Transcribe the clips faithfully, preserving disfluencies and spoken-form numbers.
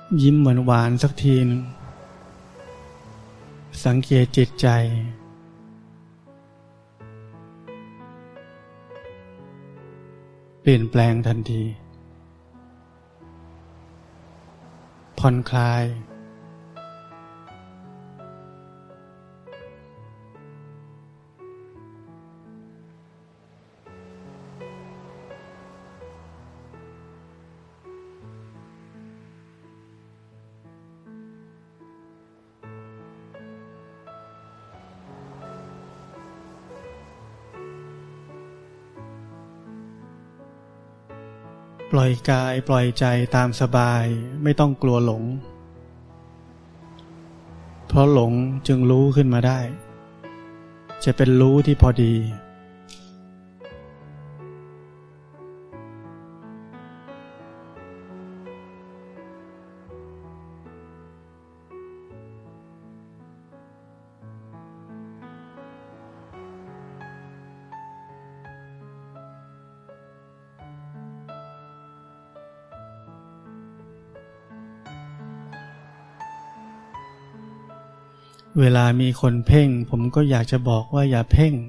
ยิ้มหวานๆสักทีนึงสังเกตจิตใจเปลี่ยนแปลงทันทีผ่อนคลายปล่อยกายปล่อยใจตามสบายไม่ต้องกลัวหลงเพราะหลงจึงรู้ขึ้นมาได้จะเป็นรู้ที่พอดีเวลามีคนเพ่งผมก็อยากจะบอกว่าอย่าเพ่ง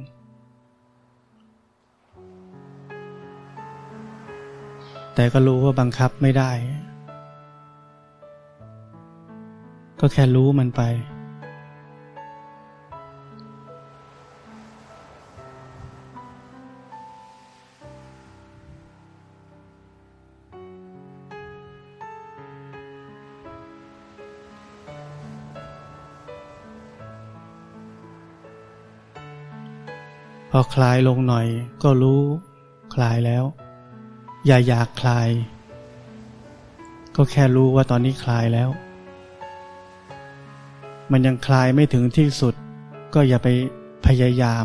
แต่ก็รู้ว่าบังคับไม่ได้ก็แค่รู้มันไปพอคลายลงหน่อยก็รู้คลายแล้วอย่าอยากคลายก็แค่รู้ว่าตอนนี้คลายแล้วมันยังคลายไม่ถึงที่สุดก็อย่าไปพยายาม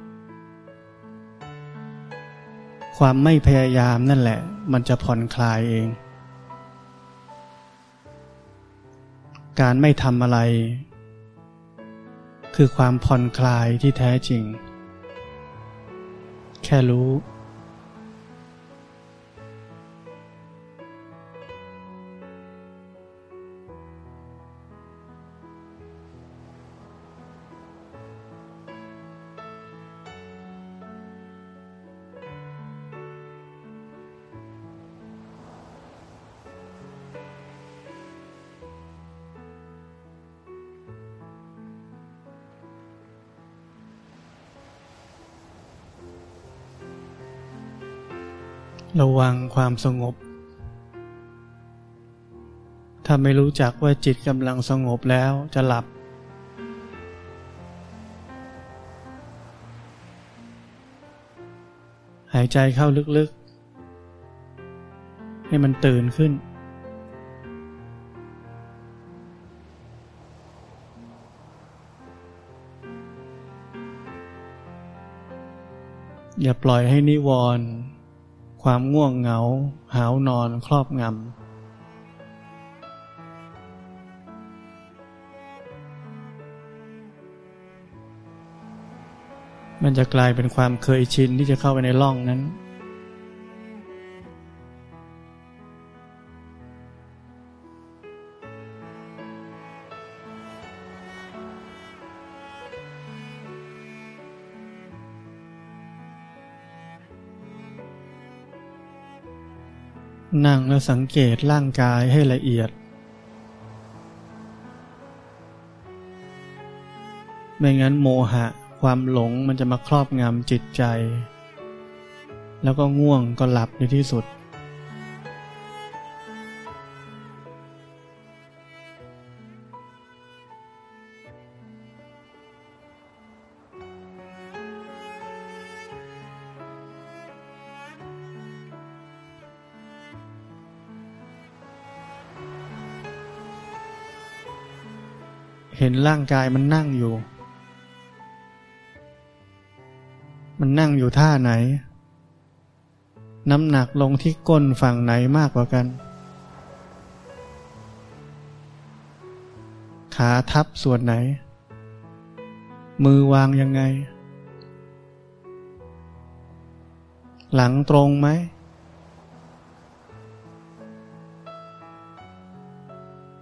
ความไม่พยายามนั่นแหละมันจะผ่อนคลายเองการไม่ทำอะไรคือความผ่อนคลายที่แท้จริงแค่รู้ระวังความสงบถ้าไม่รู้จักว่าจิตกำลังสงบแล้วจะหลับหายใจเข้าลึกๆให้มันตื่นขึ้นอย่าปล่อยให้นิวรณ์ความง่วงเหงาหาวนอนครอบงำมันจะกลายเป็นความเคยชินที่จะเข้าไปในร่องนั้นนั่งแล้วสังเกตร่างกายให้ละเอียดไม่งั้นโมหะความหลงมันจะมาครอบงำจิตใจแล้วก็ง่วงก็หลับในที่สุดเห็นร่างกายมันนั่งอยู่มันนั่งอยู่ท่าไหนน้ำหนักลงที่ก้นฝั่งไหนมากกว่ากันขาทับส่วนไหนมือวางยังไงหลังตรงไหม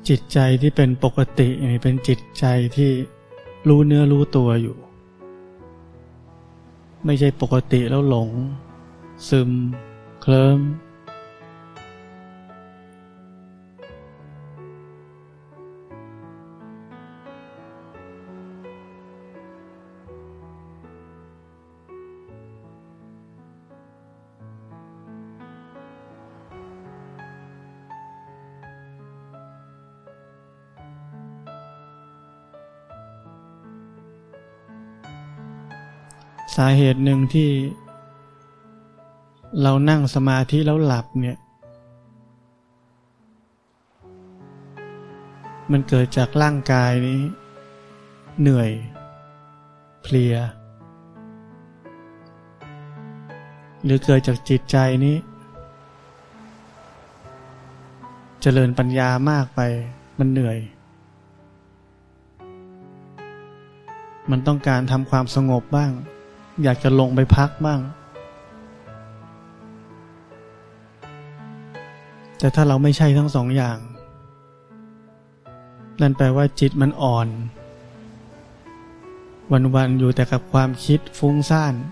จิตใจที่เป็นปกตินี่เป็นจิตใจที่รู้เนื้อรู้ตัวอยู่ไม่ใช่ปกติแล้วหลงซึมเคลิ้มสาเหตุหนึ่งที่เรานั่งสมาธิแล้วหลับเนี่ยมันเกิดจากร่างกายนี้เหนื่อยเพลียหรือเกิดจากจิตใจนี้เจริญปัญญามากไปมันเหนื่อยมันต้องการทำความสงบบ้างอยากจะลงไปพักบ้างแต่ถ้าเราไม่ใช่ทั้งสองอย่างนั่นแปลว่าจิตมันอ่อนวันๆอยู่แต่กับความคิดฟุ้งซ่าน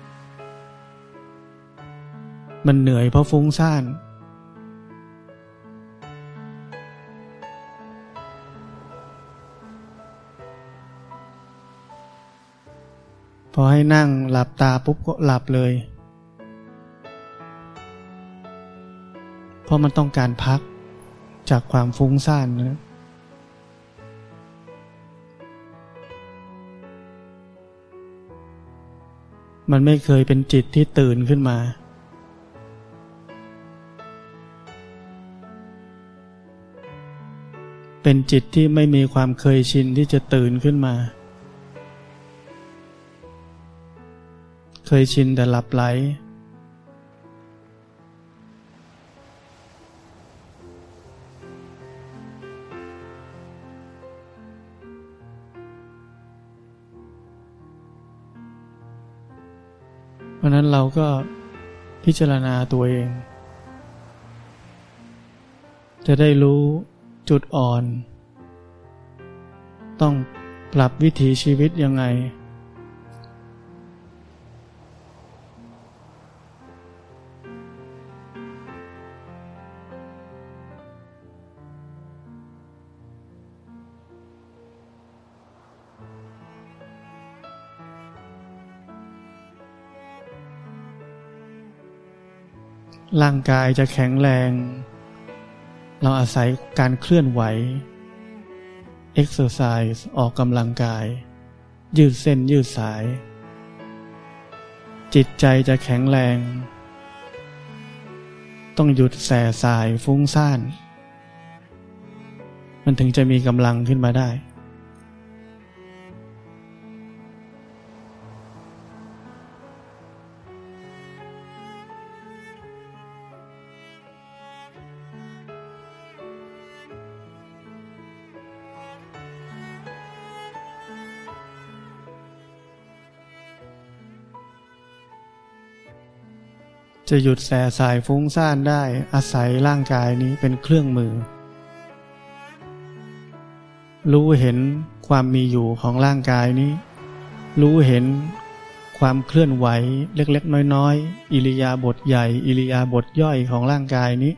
มันเหนื่อยเพราะฟุ้งซ่านพอให้นั่งหลับตาปุ๊บก็หลับเลยเพราะมันต้องการพักจากความฟุ้งซ่านนะมันไม่เคยเป็นจิตที่ตื่นขึ้นมาเป็นจิตที่ไม่มีความเคยชินที่จะตื่นขึ้นมาเคยชินแต่หลับไหลเพราะนั้นเราก็พิจารณาตัวเองจะได้รู้จุดอ่อนต้องปรับวิถีชีวิตยังไงร่างกายจะแข็งแรงเราอาศัยการเคลื่อนไหว exercise ออกกำลังกายยืดเส้นยืดสายจิตใจจะแข็งแรงต้องหยุดแส่สายฟุ้งซ่านมันถึงจะมีกำลังขึ้นมาได้จะหยุดแส่สายฟุ้งซ่านได้อาศัยร่างกายนี้เป็นเครื่องมือรู้เห็นความมีอยู่ของร่างกายนี้รู้เห็นความเคลื่อนไหวเล็กๆน้อยๆอิริยาบถใหญ่อิริยาบถย่อยของร่างกายนี้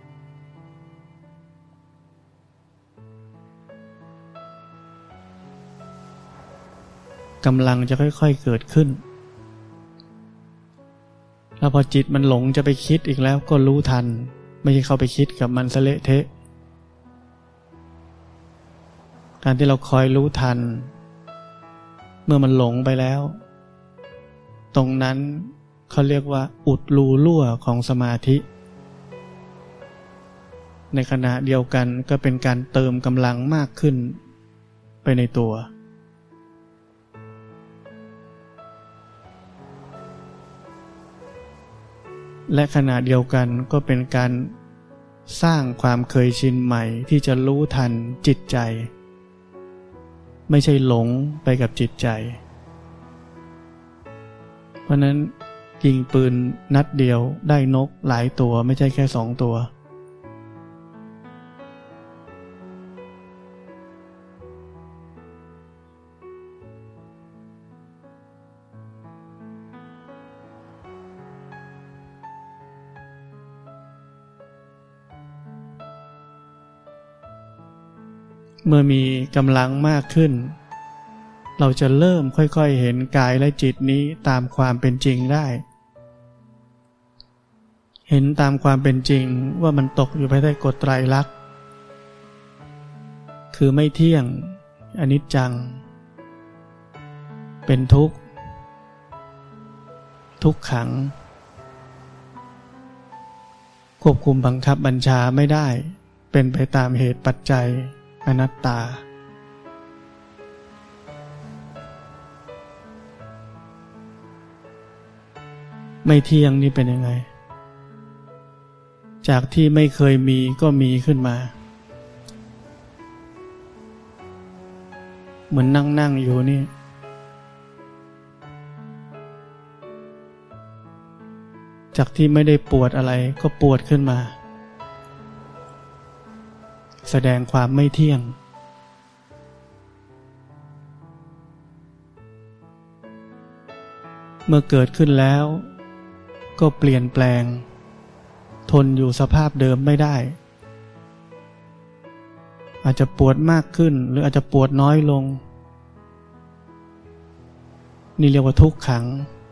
กำลังจะค่อยๆเกิดขึ้นแล้วพอจิตมันหลงจะไปคิดอีกแล้วก็รู้ทันไม่ใช่เข้าไปคิดกับมันซะเละเทะการที่เราคอยรู้ทันเมื่อมันหลงไปแล้วตรงนั้นเขาเรียกว่าอุดรูรั่วของสมาธิในขณะเดียวกันก็เป็นการเติมกำลังมากขึ้นไปในตัวและขณะเดียวกันก็เป็นการสร้างความเคยชินใหม่ที่จะรู้ทันจิตใจไม่ใช่หลงไปกับจิตใจเพราะนั้นยิงปืนนัดเดียวได้นกหลายตัวไม่ใช่แค่สองตัวเมื่อมีกำลังมากขึ้นเราจะเริ่มค่อยๆเห็นกายและจิตนี้ตามความเป็นจริงได้เห็นตามความเป็นจริงว่ามันตกอยู่ภายใต้กฎไตรลักษณ์คือไม่เที่ยงอนิจจังเป็นทุกข์ทุกขังควบคุมบังคับบัญชาไม่ได้เป็นไปตามเหตุปัจจัยอนัตตาไม่เที่ยงนี่เป็นยังไงจากที่ไม่เคยมีก็มีขึ้นมาเหมือนนั่งนั่งอยู่นี่จากที่ไม่ได้ปวดอะไรก็ปวดขึ้นมาแสดงความไม่เที่ยงเมื่อเกิดขึ้นแล้วก็เปลี่ยนแปลงทนอยู่สภาพเดิมไม่ได้อาจจะปวดมากขึ้นหรืออาจจะปวดน้อยลงนี่เรียกว่าทุกขัง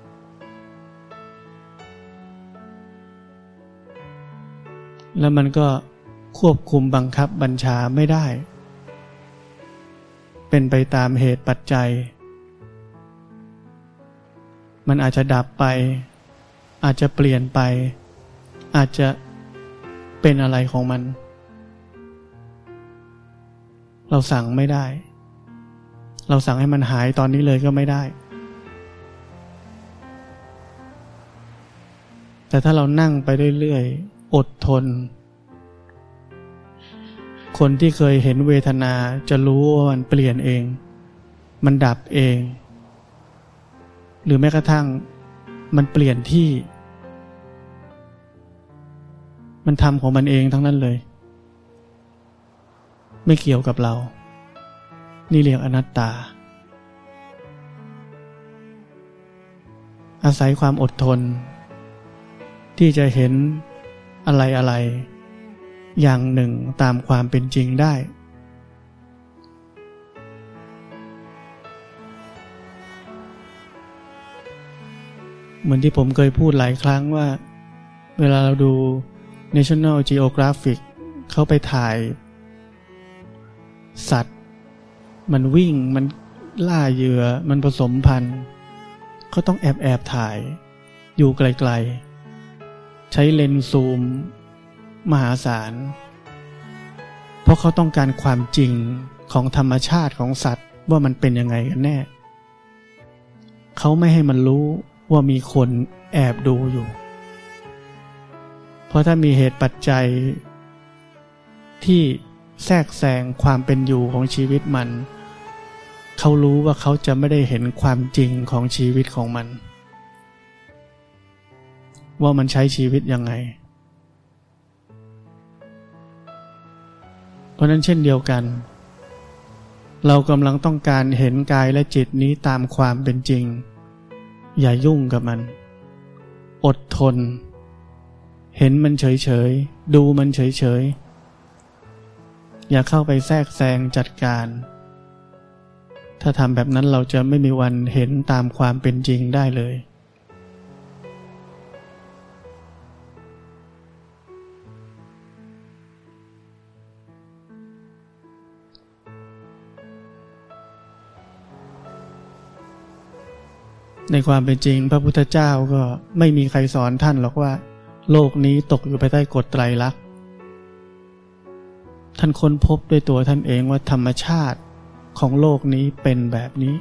แล้วมันก็ควบคุมบังคับบัญชาไม่ได้เป็นไปตามเหตุปัจจัยมันอาจจะดับไปอาจจะเปลี่ยนไปอาจจะเป็นอะไรของมันเราสั่งไม่ได้เราสั่งให้มันหายตอนนี้เลยก็ไม่ได้แต่ถ้าเรานั่งไปเรื่อยๆอดทนคนที่เคยเห็นเวทนาจะรู้ว่ามันเปลี่ยนเองมันดับเองหรือแม้กระทั่งมันเปลี่ยนที่มันทำของมันเองทั้งนั้นเลยไม่เกี่ยวกับเรานี่เรียกอนัตตาอาศัยความอดทนที่จะเห็นอะไรอะไรอย่างหนึ่งตามความเป็นจริงได้เหมือนที่ผมเคยพูดหลายครั้งว่าเวลาเราดู National Geographic เขาไปถ่ายสัตว์มันวิ่งมันล่าเหยื่อมันผสมพันธุ์เขาต้องแอบแอบถ่ายอยู่ไกลๆใช้เลนส์ซูมมหาศาลเพราะเขาต้องการความจริงของธรรมชาติของสัตว์ว่ามันเป็นยังไงกันแน่เขาไม่ให้มันรู้ว่ามีคนแอบดูอยู่เพราะถ้ามีเหตุปัจจัยที่แทรกแซงความเป็นอยู่ของชีวิตมันเขารู้ว่าเขาจะไม่ได้เห็นความจริงของชีวิตของมันว่ามันใช้ชีวิตยังไงเพราะนั้นเช่นเดียวกันเรากำลังต้องการเห็นกายและจิตนี้ตามความเป็นจริงอย่ายุ่งกับมันอดทนเห็นมันเฉยๆดูมันเฉยๆอย่าเข้าไปแทรกแซงจัดการถ้าทำแบบนั้นเราจะไม่มีวันเห็นตามความเป็นจริงได้เลยในความเป็นจริงพระพุทธเจ้าก็ไม่มีใครสอนท่านหรอกว่าโลกนี้ตกอยู่ภายใต้กฎไตรลักษณ์ท่านค้นพบด้วยตัวท่านเองว่าธรรมชาติของโลกนี้เป็นแบบนี้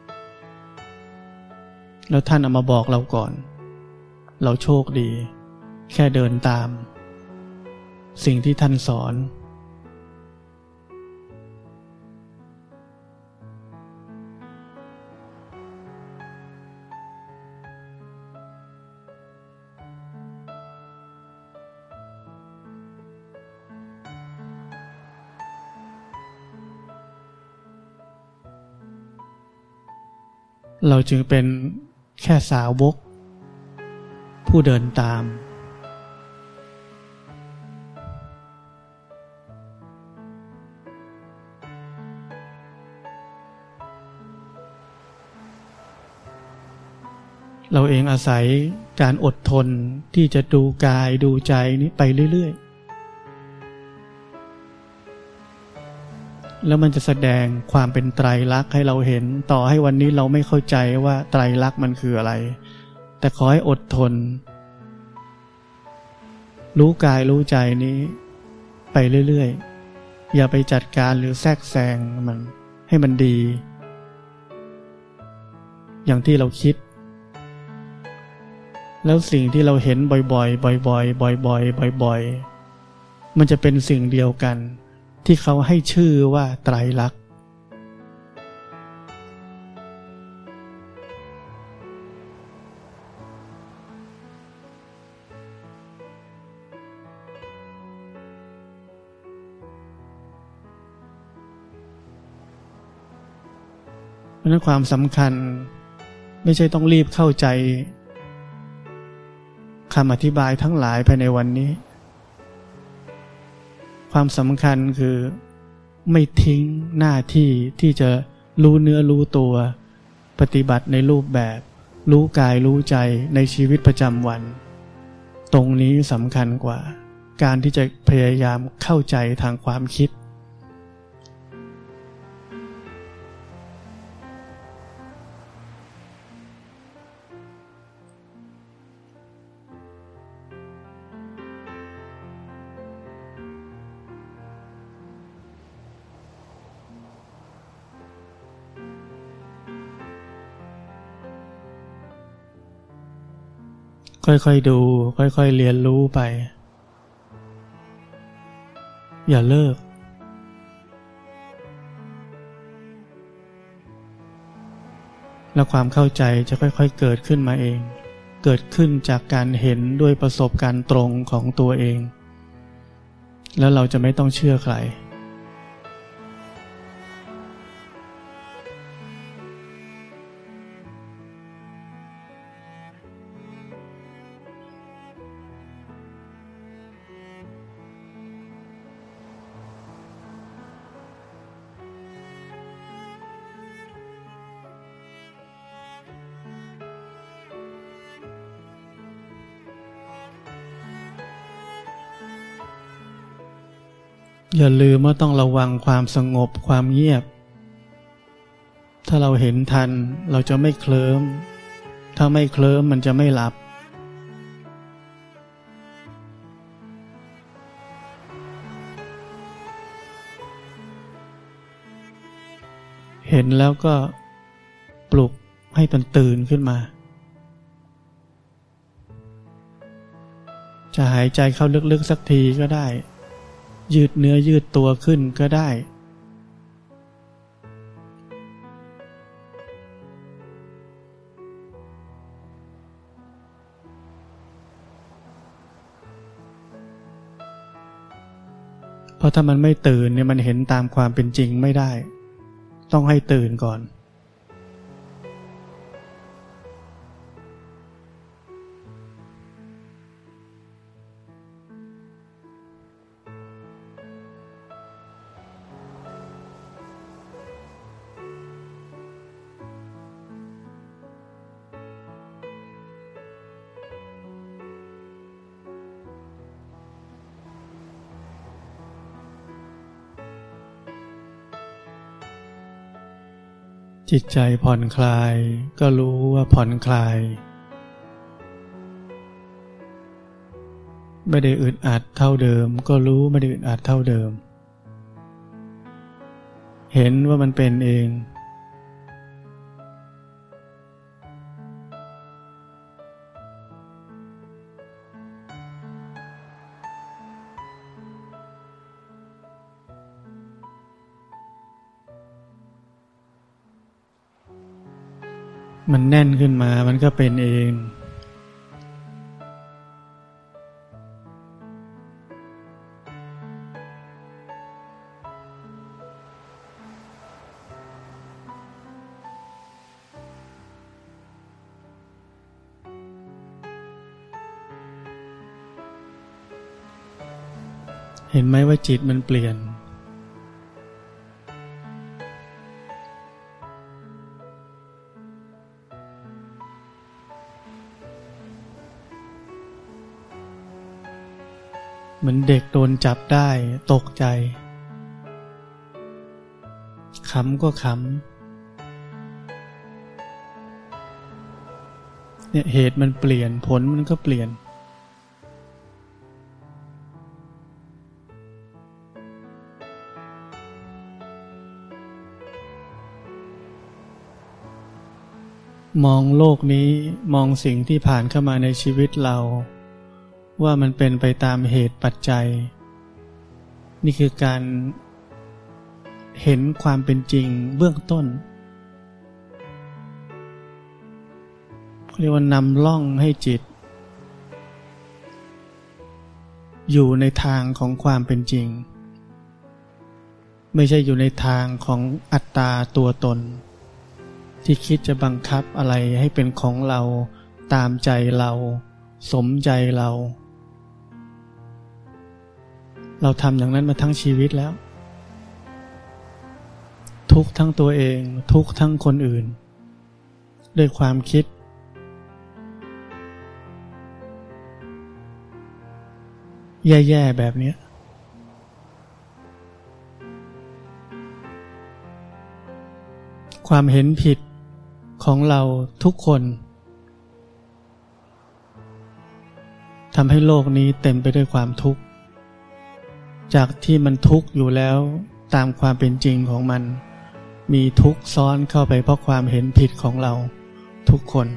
แล้วท่านเอามาบอกเราก่อนเราโชคดีแค่เดินตามสิ่งที่ท่านสอนเราจึงเป็นแค่สาวกผู้เดินตามเราเองอาศัยการอดทนที่จะดูกายดูใจนี้ไปเรื่อยๆแล้วมันจะแสดงความเป็นไตรลักษณ์ให้เราเห็นต่อให้วันนี้เราไม่เข้าใจว่าไตรลักษณ์มันคืออะไรแต่ขอให้อดทนรู้กายรู้ใจนี้ไปเรื่อยๆอย่าไปจัดการหรือแทรกแซงมันให้มันดีอย่างที่เราคิดแล้วสิ่งที่เราเห็นบ่อยๆบ่อยๆบ่อยๆบ่อยๆมันจะเป็นสิ่งเดียวกันที่เขาให้ชื่อว่าไตรลักษณ์เพราะนั้นความสำคัญไม่ใช่ต้องรีบเข้าใจคำอธิบายทั้งหลายภายในวันนี้ความสำคัญคือไม่ทิ้งหน้าที่ที่จะรู้เนื้อรู้ตัวปฏิบัติในรูปแบบรู้กายรู้ใจในชีวิตประจำวันตรงนี้สำคัญกว่าการที่จะพยายามเข้าใจทางความคิดค่อยๆดูค่อยๆเรียนรู้ไปอย่าเลิกแล้วความเข้าใจจะค่อยๆเกิดขึ้นมาเองเกิดขึ้นจากการเห็นด้วยประสบการณ์ตรงของตัวเองแล้วเราจะไม่ต้องเชื่อใครอย่าลืมว่าต้องระวังความสงบความเงียบถ้าเราเห็นทันเราจะไม่เคลิ้มถ้าไม่เคลิ้มมันจะไม่หลับเห็นแล้วก็ปลุกให้มันตื่นขึ้นมาจะหายใจเข้าลึกๆสักทีก็ได้ยืดเนื้อยืดตัวขึ้นก็ได้เพราะถ้ามันไม่ตื่นเนี่ยมันเห็นตามความเป็นจริงไม่ได้ต้องให้ตื่นก่อนจิตใจผ่อนคลายก็รู้ว่าผ่อนคลายไม่ได้อึดอัดเท่าเดิมก็รู้ไม่ได้อึดอัดเท่าเดิมเห็นว่ามันเป็นเองมันแน่นขึ้นมามันก็เป็นเองเห็นไหมว่าจิตมันเปลี่ยนเหมือนเด็กโดนจับได้ตกใจขำก็ขำเนี่ยเหตุมันเปลี่ยนผลมันก็เปลี่ยนมองโลกนี้มองสิ่งที่ผ่านเข้ามาในชีวิตเราว่ามันเป็นไปตามเหตุปัจจัยนี่คือการเห็นความเป็นจริงเบื้องต้นเรียกว่านำล่องให้จิตอยู่ในทางของความเป็นจริงไม่ใช่อยู่ในทางของอัตตาตัวตนที่คิดจะบังคับอะไรให้เป็นของเราตามใจเราสมใจเราเราทำอย่างนั้นมาทั้งชีวิตแล้วทุกข์ทั้งตัวเองทุกข์ทั้งคนอื่นด้วยความคิดแย่ๆแบบนี้ความเห็นผิดของเราทุกคนทำให้โลกนี้เต็มไปด้วยความทุกข์จากที่มันทุกข์อยู่แล้วตามความเป็นจริงของมันมีทุกข์ซ้อนเข้าไปเพราะความเห็นผิดของเราทุกคน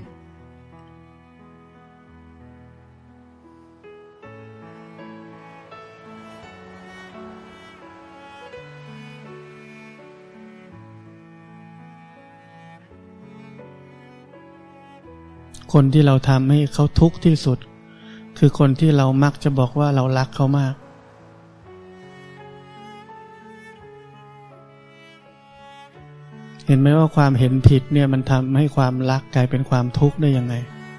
คนที่เราทำให้เขาทุกข์ที่สุดคือคนที่เรามักจะบอกว่าเรารักเขามากเห็นไหมว่าความเห็นผิดเนี่ยมันทำให้ความรักกลายเป็นความทุกข์ได้ยังไง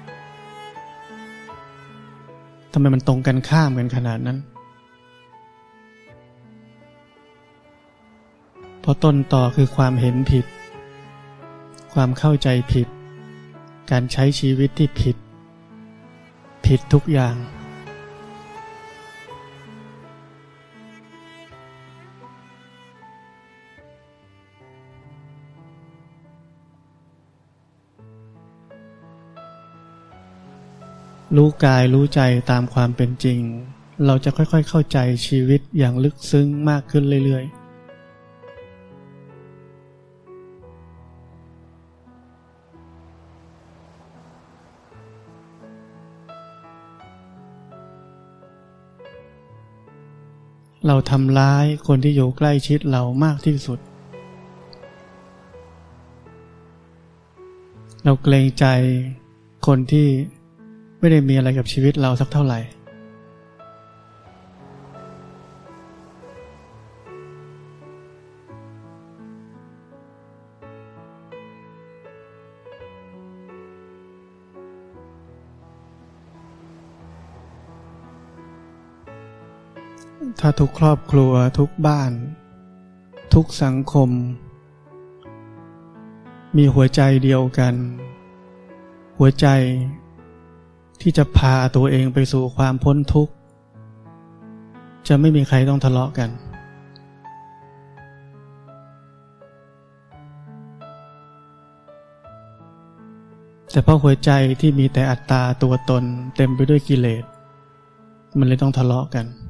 ทำไมมันตรงกันข้ามกันขนาดนั้นเพราะต้นต่อคือความเห็นผิดความเข้าใจผิดการใช้ชีวิตที่ผิดผิดทุกอย่างรู้กายรู้ใจตามความเป็นจริงเราจะค่อยๆเข้าใจชีวิตอย่างลึกซึ้งมากขึ้นเรื่อยๆเราทำร้ายคนที่อยู่ใกล้ชิดเรามากที่สุดเราเกรงใจคนที่ไม่ได้มีอะไรกับชีวิตเราสักเท่าไหร่ถ้าทุกครอบครัวทุกบ้านทุกสังคมมีหัวใจเดียวกันหัวใจที่จะพาตัวเองไปสู่ความพ้นทุกข์จะไม่มีใครต้องทะเลาะกันแต่เพราะหัวใจที่มีแต่อัตตาตัวตนเต็มไปด้วยกิเลสมันเลยต้องทะเลาะกัน